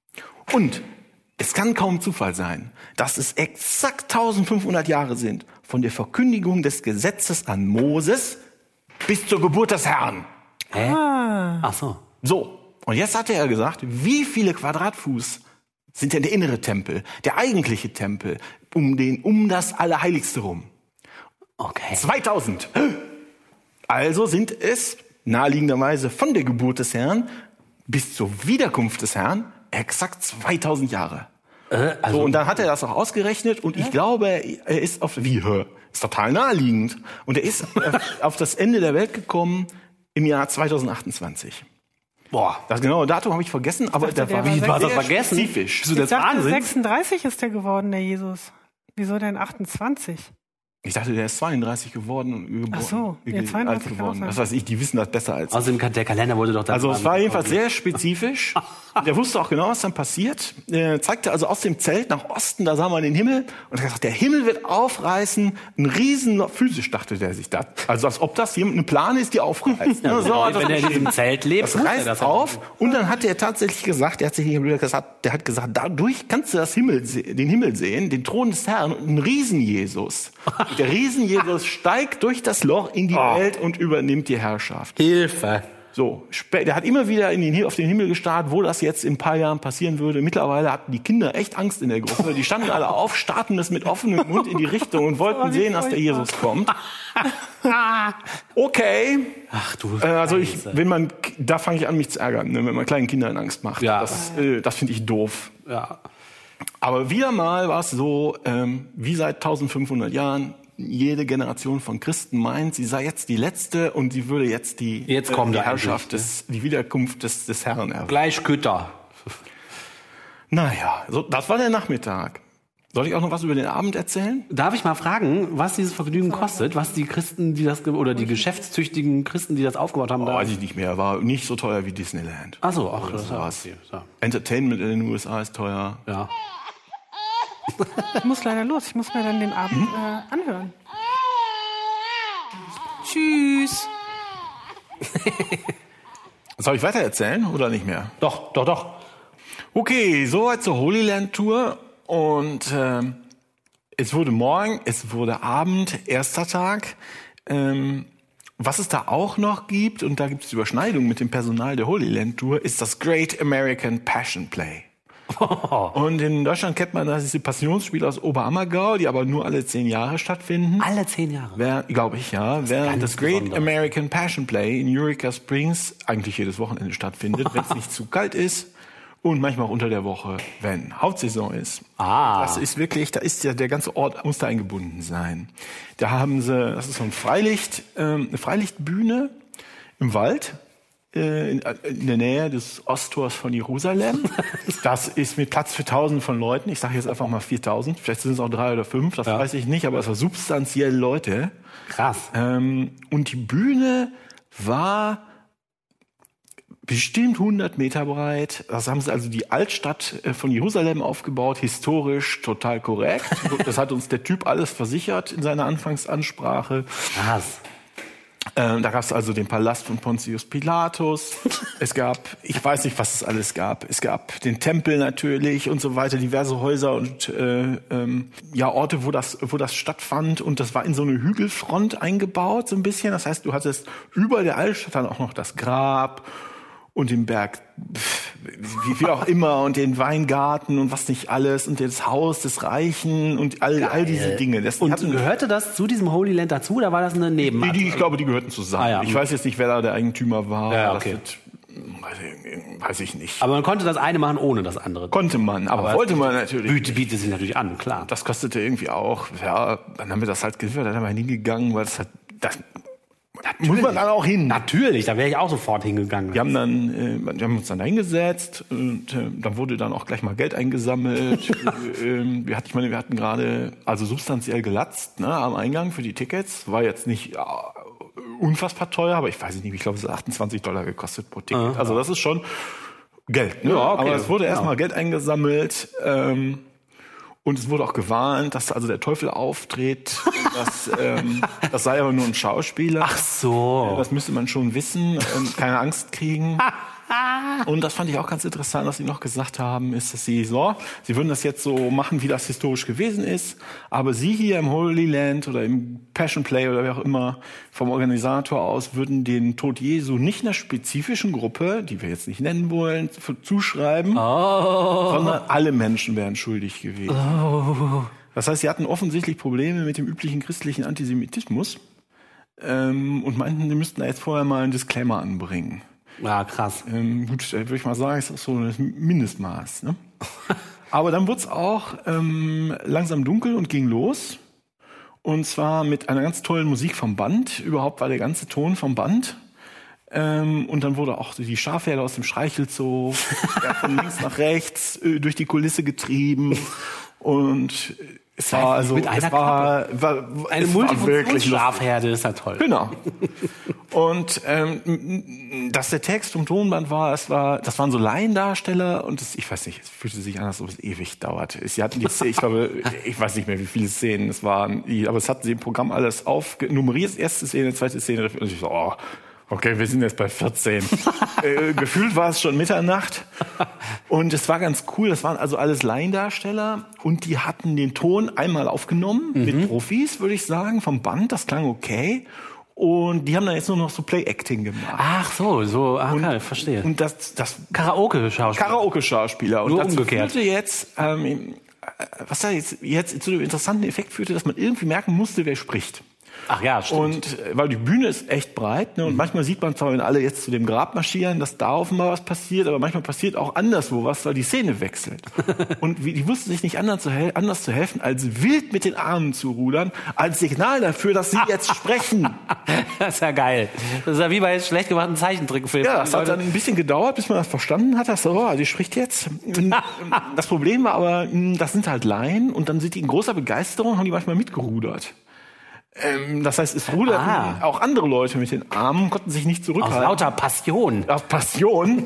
Und es kann kaum Zufall sein, dass es exakt 1500 Jahre sind von der Verkündigung des Gesetzes an Moses bis zur Geburt des Herrn. Hä? Ach so. So, und jetzt hatte er gesagt, wie viele Quadratfuß sind denn der innere Tempel, der eigentliche Tempel, um das Allerheiligste rum? Okay. 2000. Also sind es naheliegenderweise von der Geburt des Herrn bis zur Wiederkunft des Herrn exakt 2000 Jahre. Also, So, und dann hat er das auch ausgerechnet und ich glaube, er ist ist total naheliegend. Und er ist auf das Ende der Welt gekommen im Jahr 2028. boah. Das genaue Datum habe ich vergessen, aber dachte, der war der war Du hast das sehr vergessen? spezifisch. Bist du Ich das dachte, Wahnsinn? 36 ist der geworden, der Jesus. Wieso denn 28? Ich dachte, der ist 32 geworden und geboren. Ach so, ja, alt 32 geworden. kann auch sein. Das weiß ich, die wissen das besser als ich. Außerdem der Kalender wurde doch dann. Also es war jedenfalls sehr spezifisch. Der wusste auch genau, was dann passiert. Er zeigte also aus dem Zelt nach Osten, da sah man den Himmel. Und er hat gesagt, der Himmel wird aufreißen. Ein riesen, physisch dachte der sich das. Also als ob das jemand eine Plane ist, die aufreißt. Ja, So hat das wenn er in diesem Zelt lebt, Das muss er reißt das auf und dann hat er tatsächlich gesagt, der hat gesagt, dadurch kannst du den Himmel sehen, den Thron des Herrn und einen Riesen-Jesus. Und der Riesen-Jesus steigt durch das Loch in die Welt und übernimmt die Herrschaft. Hilfe. So, der hat immer wieder auf den Himmel gestarrt, wo das jetzt in ein paar Jahren passieren würde. Mittlerweile hatten die Kinder echt Angst in der Gruppe. Die standen alle auf, starrten das mit offenem Mund in die Richtung und wollten sehen, dass der Jesus kommt. Okay. Ach du. Also Scheiße. da fange ich an, mich zu ärgern, ne, wenn man kleinen Kindern Angst macht. Ja. Das finde ich doof. Ja. Aber wieder mal war es so, wie seit 1500 Jahren, jede Generation von Christen meint, sie sei jetzt die letzte und sie würde jetzt die kommt die er Herrschaft, endlich, die Wiederkunft des Herrn erwarten. Gleich Güter. Naja, so, das war der Nachmittag. Soll ich auch noch was über den Abend erzählen? Darf ich mal fragen, was dieses Vergnügen kostet? Was die Christen, oder die geschäftstüchtigen Christen, die das aufgebaut haben, da. Weiß ich nicht mehr, war nicht so teuer wie Disneyland. Ach so, ach, das war's. okay. So. Entertainment in den USA ist teuer. Ja. Ich muss leider los. Ich muss mir dann den Abend anhören. Tschüss. Soll ich weiter erzählen oder nicht mehr? Doch. Okay, soweit zur Holy Land Tour. Und es wurde morgen, es wurde Abend, erster Tag. Was es da auch noch gibt, und da gibt es Überschneidungen mit dem Personal der Holy Land Tour, ist das Great American Passion Play. Und in Deutschland kennt man das, ist die Passionsspiele aus Oberammergau, die aber nur alle 10 Jahre stattfinden. Alle 10 Jahre? Glaube ich, ja. Während ganz das Great Besonderes. American Passion Play in Eureka Springs eigentlich jedes Wochenende stattfindet, wenn es nicht zu kalt ist. Und manchmal auch unter der Woche, wenn Hauptsaison ist. Das ist wirklich, da ist ja der ganze Ort muss da eingebunden sein. Da haben sie, das ist so eine Freilichtbühne im Wald. In der Nähe des Osttors von Jerusalem. Das ist mit Platz für 1000 von Leuten. Ich sage jetzt einfach mal 4000. Vielleicht sind es auch 3 oder 5, das weiß ich nicht, aber es war substanziell Leute. Krass. Und die Bühne war bestimmt 100 Meter breit. Das haben sie also die Altstadt von Jerusalem aufgebaut, historisch total korrekt. Das hat uns der Typ alles versichert in seiner Anfangsansprache. Krass. Da gab es also den Palast von Pontius Pilatus. Es gab, ich weiß nicht, was es alles gab. Es gab den Tempel natürlich und so weiter, diverse Häuser und Orte, wo das stattfand. Und das war in so eine Hügelfront eingebaut, so ein bisschen. Das heißt, du hattest über der Altstadt dann auch noch das Grab und den Berg, wie auch immer, und den Weingarten und was nicht alles und das Haus des Reichen und all diese Dinge. Und gehörte das zu diesem Holy Land dazu oder war das eine Nebenart? Ich glaube, die gehörten zusammen. Ja. Ich weiß jetzt nicht, wer da der Eigentümer war. Ja, okay. Weiß ich nicht. Aber man konnte das eine machen ohne das andere. Konnte man, aber wollte man natürlich. Bietet sich natürlich an, klar. Das kostete irgendwie auch. Ja, dann haben wir das halt geliefert, dann haben wir hingegangen, weil Muss man dann auch hin. Natürlich, da wäre ich auch sofort hingegangen. Wir haben uns dann da hingesetzt und dann wurde dann auch gleich mal Geld eingesammelt. Wir hatten gerade substanziell gelatzt, ne, am Eingang für die Tickets. War jetzt nicht unfassbar teuer, aber ich weiß nicht, ich glaube, es hat $28 gekostet pro Ticket. Also das ist schon Geld. Ne? Ja, okay. Aber es wurde erstmal Geld eingesammelt. Und es wurde auch gewarnt, dass also der Teufel auftritt. Das sei aber nur ein Schauspieler. Ach so. Das müsste man schon wissen. Keine Angst kriegen. Und das fand ich auch ganz interessant, was sie noch gesagt haben, ist, dass sie würden das jetzt so machen, wie das historisch gewesen ist. Aber sie hier im Holy Land oder im Passion Play oder wie auch immer vom Organisator aus würden den Tod Jesu nicht einer spezifischen Gruppe, die wir jetzt nicht nennen wollen, zuschreiben, sondern alle Menschen wären schuldig gewesen. Das heißt, sie hatten offensichtlich Probleme mit dem üblichen christlichen Antisemitismus und meinten, sie müssten da jetzt vorher mal einen Disclaimer anbringen. Ja, krass. Gut, würde ich mal sagen, ist das so das Mindestmaß. Ne? Aber dann wurde es auch langsam dunkel und ging los. Und zwar mit einer ganz tollen Musik vom Band. Überhaupt war der ganze Ton vom Band. Und dann wurde auch die Schafherde aus dem Streichelzoo von links nach rechts durch die Kulisse getrieben. Und es war eine Multifunktionsschafherde ist ja toll. Genau. Und dass der Text vom Tonband war, das waren so Laiendarsteller und ich weiß nicht, es fühlte sich an, als ob es ewig dauert. Sie hatten ich weiß nicht mehr, wie viele Szenen es waren, aber es hatten sie im Programm alles nummeriert, erste Szene, zweite Szene, und ich so, okay, wir sind jetzt bei 14. Gefühlt war es schon Mitternacht. Und es war ganz cool. Das waren also alles Laiendarsteller. Und die hatten den Ton einmal aufgenommen mit Profis, würde ich sagen, vom Band. Das klang okay. Und die haben dann jetzt nur noch so Play-Acting gemacht. Ach okay, verstehe. Und das Karaoke-Schauspieler. Karaoke-Schauspieler. Und nur das umgekehrt. führte jetzt, was da jetzt zu dem interessanten Effekt führte, dass man irgendwie merken musste, wer spricht. Ach ja, stimmt. Und weil die Bühne ist echt breit, ne, und manchmal sieht man zwar, wenn alle jetzt zu dem Grab marschieren, dass da offenbar was passiert, aber manchmal passiert auch anderswo was, weil die Szene wechselt. Und die wussten sich nicht anders zu helfen, als wild mit den Armen zu rudern, als Signal dafür, dass sie jetzt sprechen. Das ist ja geil. Das ist ja wie bei schlecht gemachten Zeichentrickfilmen. Ja, das hat dann ein bisschen gedauert, bis man das verstanden hat. Die spricht jetzt. Und das Problem war aber, das sind halt Laien und dann sind die in großer Begeisterung, haben die manchmal mitgerudert. Das heißt, es ruderten auch andere Leute mit den Armen, konnten sich nicht zurückhalten. Aus lauter Passion. Aus Passion.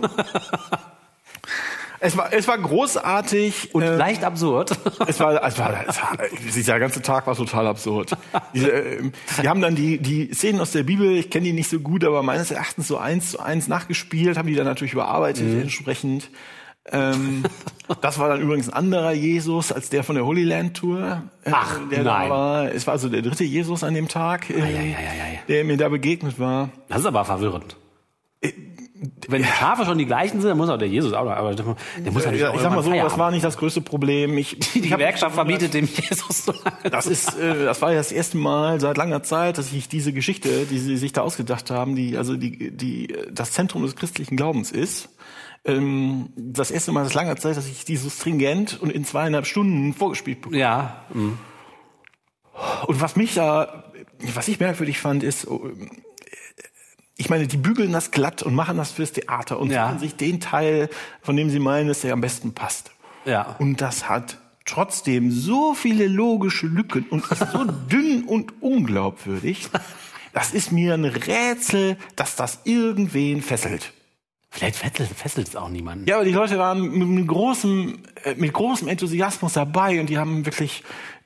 Es war großartig. Und leicht absurd. Dieser ganze Tag war total absurd. Die haben dann die Szenen aus der Bibel, ich kenne die nicht so gut, aber meines Erachtens so 1:1 nachgespielt, haben die dann natürlich überarbeitet entsprechend. Das war dann übrigens ein anderer Jesus als der von der Holy Land Tour. Ach, der nein. Da war. Es war also der dritte Jesus an dem Tag, der mir da begegnet war. Das ist aber verwirrend. Wenn die Schafe schon die gleichen sind, dann muss auch der Jesus auch, aber der muss ja nicht auch ich sag mal so, Feier das haben. war nicht das größte Problem. Die Gewerkschaft verbietet dem Jesus so lange. Das war ja das erste Mal seit langer Zeit, dass ich diese Geschichte, die sie sich da ausgedacht haben, das Zentrum des christlichen Glaubens ist. Das erste Mal seit langer Zeit, dass ich die so stringent und in 2,5 Stunden vorgespielt bekomme. Ja. Mhm. Und was ich merkwürdig fand, ist, ich meine, die bügeln das glatt und machen das fürs Theater und suchen sich den Teil, von dem sie meinen, dass der am besten passt. Ja. Und das hat trotzdem so viele logische Lücken und ist so dünn und unglaubwürdig. Das ist mir ein Rätsel, dass das irgendwen fesselt. Vielleicht fesselt es auch niemanden. Ja, aber die Leute waren mit großem Enthusiasmus dabei und die haben wirklich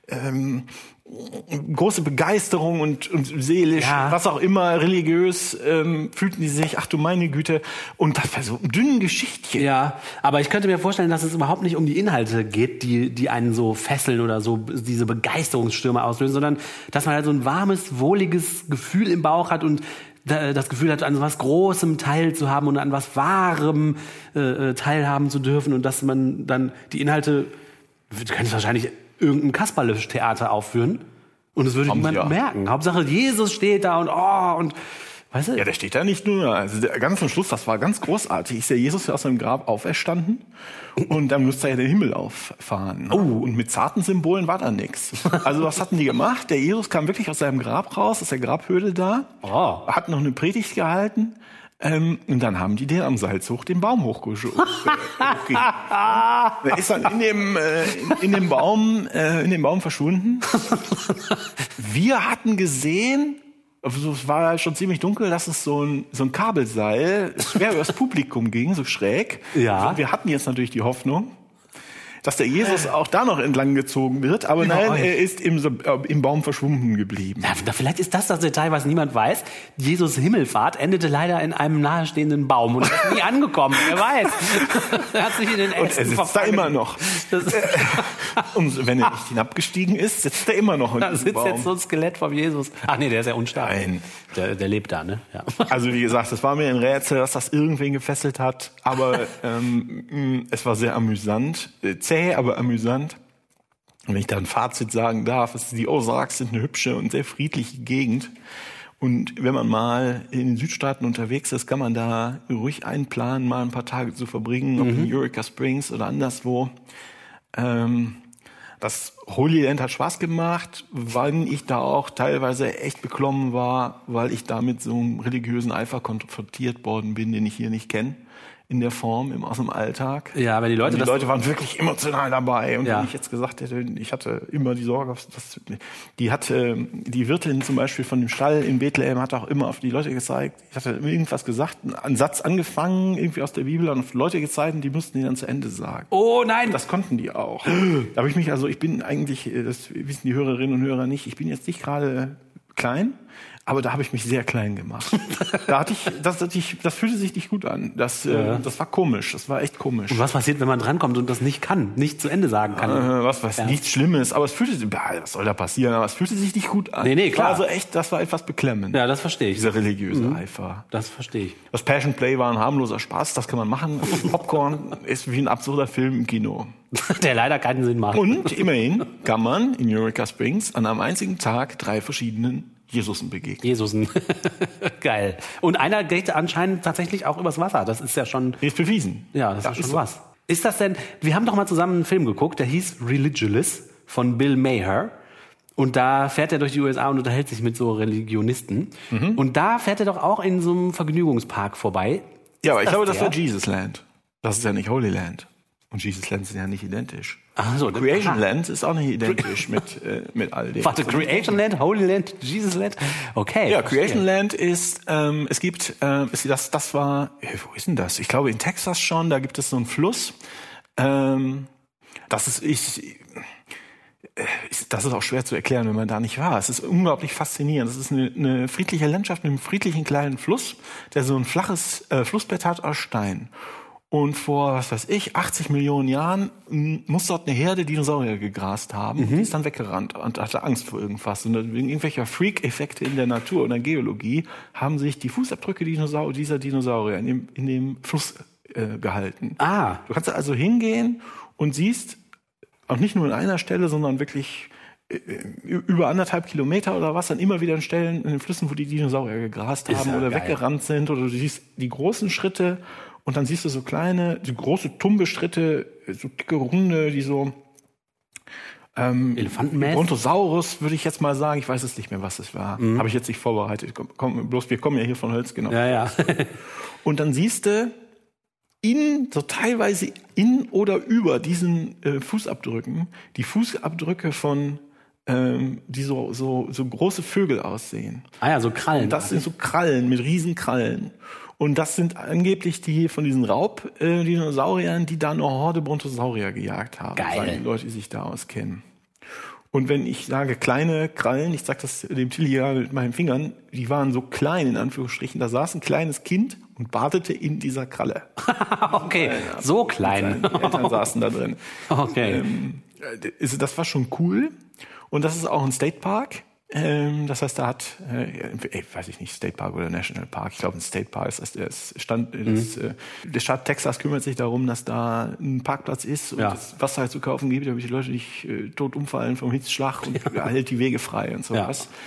große Begeisterung und seelisch, was auch immer, religiös, fühlten die sich, ach du meine Güte, und das war so ein dünnes Geschichtchen. Ja, aber ich könnte mir vorstellen, dass es überhaupt nicht um die Inhalte geht, die einen so fesseln oder so diese Begeisterungsstürme auslösen, sondern dass man halt so ein warmes, wohliges Gefühl im Bauch hat und das Gefühl hat, an was Großem teilzuhaben und an was Wahrem teilhaben zu dürfen und dass man dann die Inhalte, du könntest wahrscheinlich irgendein Kasperle-Theater aufführen und es würde niemand merken. Hauptsache, Jesus steht da und Weißt du? Ja, der steht da nicht nur. Also ganz am Schluss, das war ganz großartig, ist der Jesus aus seinem Grab auferstanden und dann musste er den Himmel auffahren. Und mit zarten Symbolen war da nichts. Also was hatten die gemacht? Der Jesus kam wirklich aus seinem Grab raus, aus der Grabhöhle da, hat noch eine Predigt gehalten. Und dann haben die den am Salzhoch den Baum hochgeschoben. Der ist dann in dem Baum verschwunden. Wir hatten gesehen, also es war schon ziemlich dunkel, dass es so ein Kabelseil schwer übers Publikum ging, so schräg. Ja. Also wir hatten jetzt natürlich die Hoffnung, dass der Jesus auch da noch entlang gezogen wird, aber nein, er ist im Baum verschwunden geblieben. Ja, vielleicht ist das Detail, was niemand weiß. Jesus' Himmelfahrt endete leider in einem nahestehenden Baum und ist nie angekommen. Wer weiß. Er hat sich in den Ästen Und er sitzt da immer noch. Und wenn er nicht hinabgestiegen ist, sitzt er immer noch in Da diesem sitzt Baum. jetzt so ein Skelett vom Jesus. Ach nee, der ist ja unsterblich. Nein. Der lebt da, ne? Ja. Also wie gesagt, es war mir ein Rätsel, dass das irgendwen gefesselt hat, aber es war sehr amüsant, zäh, aber amüsant. Und wenn ich da ein Fazit sagen darf, die Ozarks sind eine hübsche und sehr friedliche Gegend. Und wenn man mal in den Südstaaten unterwegs ist, kann man da ruhig einplanen, mal ein paar Tage zu verbringen, ob in Eureka Springs oder anderswo. Das Holy Land hat Spaß gemacht, weil ich da auch teilweise echt beklommen war, weil ich da mit so einem religiösen Eifer konfrontiert worden bin, den ich hier nicht kenne. In der Form, aus dem Alltag. Ja, aber die Leute waren wirklich emotional dabei. Und Ja. wenn ich jetzt gesagt hätte, ich hatte immer die Sorge, die Wirtin zum Beispiel von dem Stall in Bethlehem hat auch immer auf die Leute gezeigt. Ich hatte irgendwas gesagt, einen Satz angefangen, irgendwie aus der Bibel, und auf die Leute gezeigt und die mussten die dann zu Ende sagen. Oh nein! Das konnten die auch. Da habe ich mich, ich bin eigentlich, das wissen die Hörerinnen und Hörer nicht, ich bin jetzt nicht gerade klein, aber da habe ich mich sehr klein gemacht. Das fühlte sich nicht gut an. Das war komisch. Das war echt komisch. Und was passiert, wenn man drankommt und das nicht kann, nicht zu Ende sagen kann? Nichts Schlimmes. Aber es fühlte sich, was soll da passieren? Aber es fühlte sich nicht gut an. Nee, klar. Das war etwas beklemmend. Ja, das verstehe ich. Dieser religiöse Eifer. Das verstehe ich. Das Passion Play war ein harmloser Spaß. Das kann man machen. Popcorn ist wie ein absurder Film im Kino. Der leider keinen Sinn macht. Und immerhin kann man in Eureka Springs an einem einzigen Tag 3 verschiedenen Jesusen begegnen. Jesusen. Geil. Und einer geht anscheinend tatsächlich auch übers Wasser. Das ist ja schon... Ist bewiesen. Ja, das ist schon so. was. Ist das denn... Wir haben doch mal zusammen einen Film geguckt, der hieß Religious von Bill Maher. Und da fährt er durch die USA und unterhält sich mit so Religionisten. Und da fährt er doch auch in so einem Vergnügungspark vorbei. Ja, aber ich glaube, das der? war Jesus Land. Das ist ja nicht Holy Land. Und Jesus Land sind ja nicht identisch. Ach so, Creation Land ist auch nicht identisch mit all dem. Warte, Creation Land, Holy Land, Jesus Land? Okay. Ja, Creation Land ist, wo ist denn das? Ich glaube in Texas schon, da gibt es so einen Fluss. Das ist auch schwer zu erklären, wenn man da nicht war. Es ist unglaublich faszinierend. Das ist eine friedliche Landschaft mit einem friedlichen kleinen Fluss, der so ein flaches Flussbett hat aus Stein. Und vor, 80 Millionen Jahren muss dort eine Herde Dinosaurier gegrast haben. Und die ist dann weggerannt und hatte Angst vor irgendwas. Und wegen irgendwelcher Freak-Effekte in der Natur und der Geologie haben sich die Fußabdrücke dieser Dinosaurier in dem Fluss gehalten. Ah. Du kannst also hingehen und siehst, auch nicht nur an einer Stelle, sondern wirklich über 1,5 Kilometer oder was, dann immer wieder an Stellen in den Flüssen, wo die Dinosaurier gegrast haben oder weggerannt sind. Oder du siehst die großen Schritte. Und dann siehst du so die große Tumbe-Schritte, so dicke Runde, die so Elefantenmäßig? Brontosaurus, würde ich jetzt mal sagen. Ich weiß es nicht mehr, was es war. Habe ich jetzt nicht vorbereitet. Wir kommen ja hier von Hölz, genau. Ja. Und dann siehst du teilweise in oder über diesen Fußabdrücken, die Fußabdrücke von die so große Vögel aussehen. Ah ja, so Krallen. Und das sind so Krallen mit riesen Krallen. Und das sind angeblich die von diesen Raubdinosauriern, die da eine Horde Brontosaurier gejagt haben. Geil. Sagen die Leute, die sich da auskennen. Und wenn ich sage kleine Krallen, ich sage das dem Tilly ja mit meinen Fingern, die waren so klein in Anführungsstrichen, da saß ein kleines Kind und badete in dieser Kralle. Okay, so klein. Die Eltern saßen da drin. Okay. Das war schon cool. Und das ist auch ein State Park. Das heißt, da hat, weiß ich nicht, State Park oder National Park, ich glaube ein State Park, das heißt, der Staat Texas kümmert sich darum, dass da ein Parkplatz ist und das Wasser halt zu kaufen gibt, damit die Leute nicht tot umfallen vom Hitzschlag und hält die Wege frei und sowas.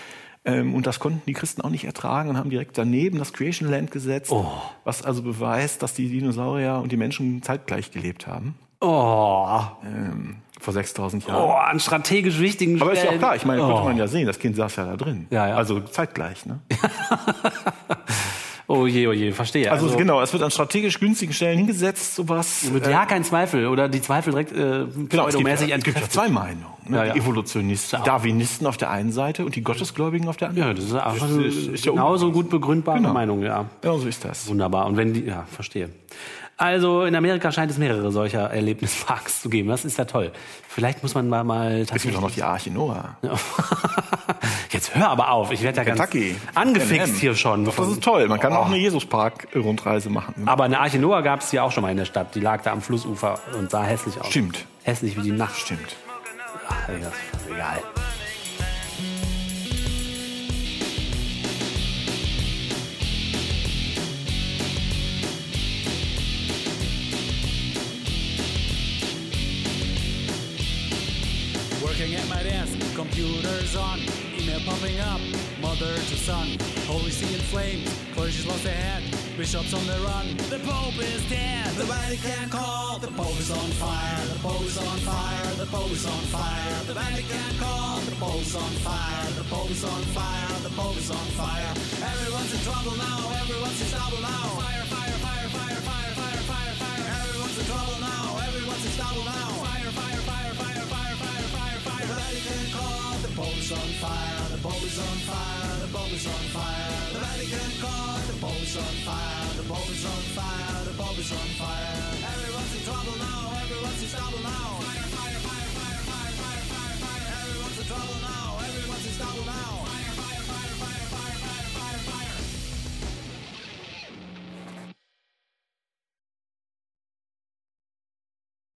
Und das konnten die Christen auch nicht ertragen und haben direkt daneben das Creation Land gesetzt, was also beweist, dass die Dinosaurier und die Menschen zeitgleich gelebt haben. Vor 6000 Jahren. An strategisch wichtigen Aber ist ja auch Stellen. klar, ich meine, konnte man ja sehen, das Kind saß ja da drin. Ja. Also zeitgleich, ne? Oh je, verstehe. Also genau, es wird an strategisch günstigen Stellen hingesetzt, sowas. Mit kein Zweifel. Oder die Zweifel direkt Genau, es gibt ja zwei Meinungen. Ne? Ja. Die Evolutionisten, die Darwinisten auf der einen Seite und die Gottesgläubigen auf der anderen. Ja, das ist einfach ist ja genauso gut begründbare Genau. Meinung, ja. Genau so ist das. Wunderbar. Und wenn die, ja, verstehe. Also in Amerika scheint es mehrere solcher Erlebnisparks zu geben. Das ist ja toll. Vielleicht muss man mal Es gibt doch noch die Arche Noah. Jetzt hör aber auf. Ich werde ja ganz Kentucky. angefixt hier schon. Das ist toll. Man kann auch eine Jesus-Park-Rundreise machen. Aber eine Arche Noah gab es hier auch schon mal in der Stadt. Die lag da am Flussufer und sah hässlich aus. Stimmt. Hässlich wie die Nacht. Stimmt. Ach, ey, das ist egal. Working at my desk, computers on, email popping up, mother to son, holy see in flames, clergy's lost their head, bishops on the run, the Pope is dead, the Vatican call, the Pope is on fire, the Pope is on fire, the Pope is on fire, the Vatican call, the Pope is on fire, the Pope is on fire, the Pope is on fire, everyone's in trouble now, everyone's in trouble now, fire, fire, fire, fire, fire, fire, fire, fire, everyone's in trouble now, everyone's in trouble now, fire, fire, fire, fire, fire, fire, fire, fire, the Vatican call, the Pope is on fire, the Pope is on fire, the Pope is on fire, the Vatican call, the Pope is on fire, the Pope is on fire, the Pope is on fire, everyone's in trouble now, everyone's in trouble now.